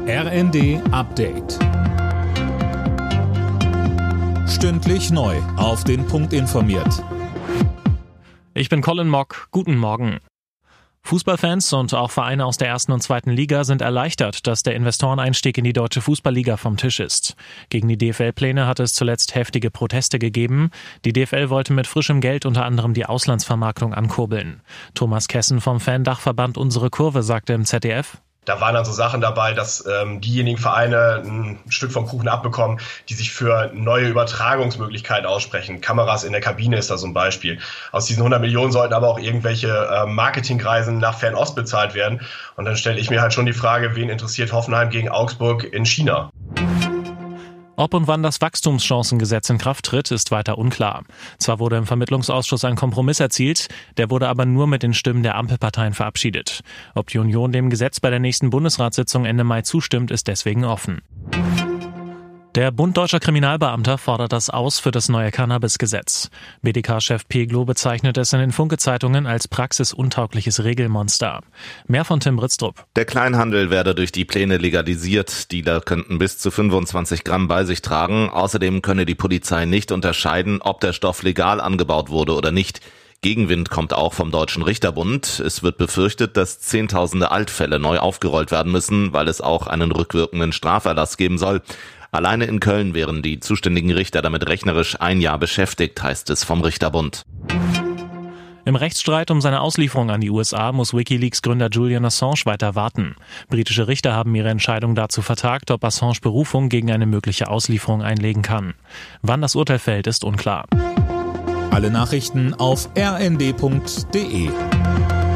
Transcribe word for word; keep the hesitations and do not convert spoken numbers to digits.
R N D Update. Stündlich neu auf den Punkt informiert. Ich bin Colin Mock. Guten Morgen. Fußballfans und auch Vereine aus der ersten und zweiten Liga sind erleichtert, dass der Investoreneinstieg in die Deutsche Fußballliga vom Tisch ist. Gegen die D F L-Pläne hat es zuletzt heftige Proteste gegeben. Die D F L wollte mit frischem Geld unter anderem die Auslandsvermarktung ankurbeln. Thomas Kessen vom Fan-Dachverband Unsere Kurve sagte im Z D F: Da waren dann so Sachen dabei, dass ähm, diejenigen Vereine ein Stück vom Kuchen abbekommen, die sich für neue Übertragungsmöglichkeiten aussprechen. Kameras in der Kabine ist da so ein Beispiel. Aus diesen hundert Millionen sollten aber auch irgendwelche äh, Marketingreisen nach Fernost bezahlt werden. Und dann stelle ich mir halt schon die Frage, wen interessiert Hoffenheim gegen Augsburg in China? Ob und wann das Wachstumschancengesetz in Kraft tritt, ist weiter unklar. Zwar wurde im Vermittlungsausschuss ein Kompromiss erzielt, der wurde aber nur mit den Stimmen der Ampelparteien verabschiedet. Ob die Union dem Gesetz bei der nächsten Bundesratssitzung Ende Mai zustimmt, ist deswegen offen. Der Bund Deutscher Kriminalbeamter fordert das Aus für das neue Cannabis-Gesetz. B D K-Chef Peglo bezeichnet es in den Funke-Zeitungen als praxisuntaugliches Regelmonster. Mehr von Tim Britztrup. Der Kleinhandel werde durch die Pläne legalisiert. Dealer könnten bis zu fünfundzwanzig Gramm bei sich tragen. Außerdem könne die Polizei nicht unterscheiden, ob der Stoff legal angebaut wurde oder nicht. Gegenwind kommt auch vom Deutschen Richterbund. Es wird befürchtet, dass Zehntausende Altfälle neu aufgerollt werden müssen, weil es auch einen rückwirkenden Straferlass geben soll. Alleine in Köln wären die zuständigen Richter damit rechnerisch ein Jahr beschäftigt, heißt es vom Richterbund. Im Rechtsstreit um seine Auslieferung an die U S A muss WikiLeaks-Gründer Julian Assange weiter warten. Britische Richter haben ihre Entscheidung dazu vertagt, ob Assange Berufung gegen eine mögliche Auslieferung einlegen kann. Wann das Urteil fällt, ist unklar. Alle Nachrichten auf r n d punkt d e.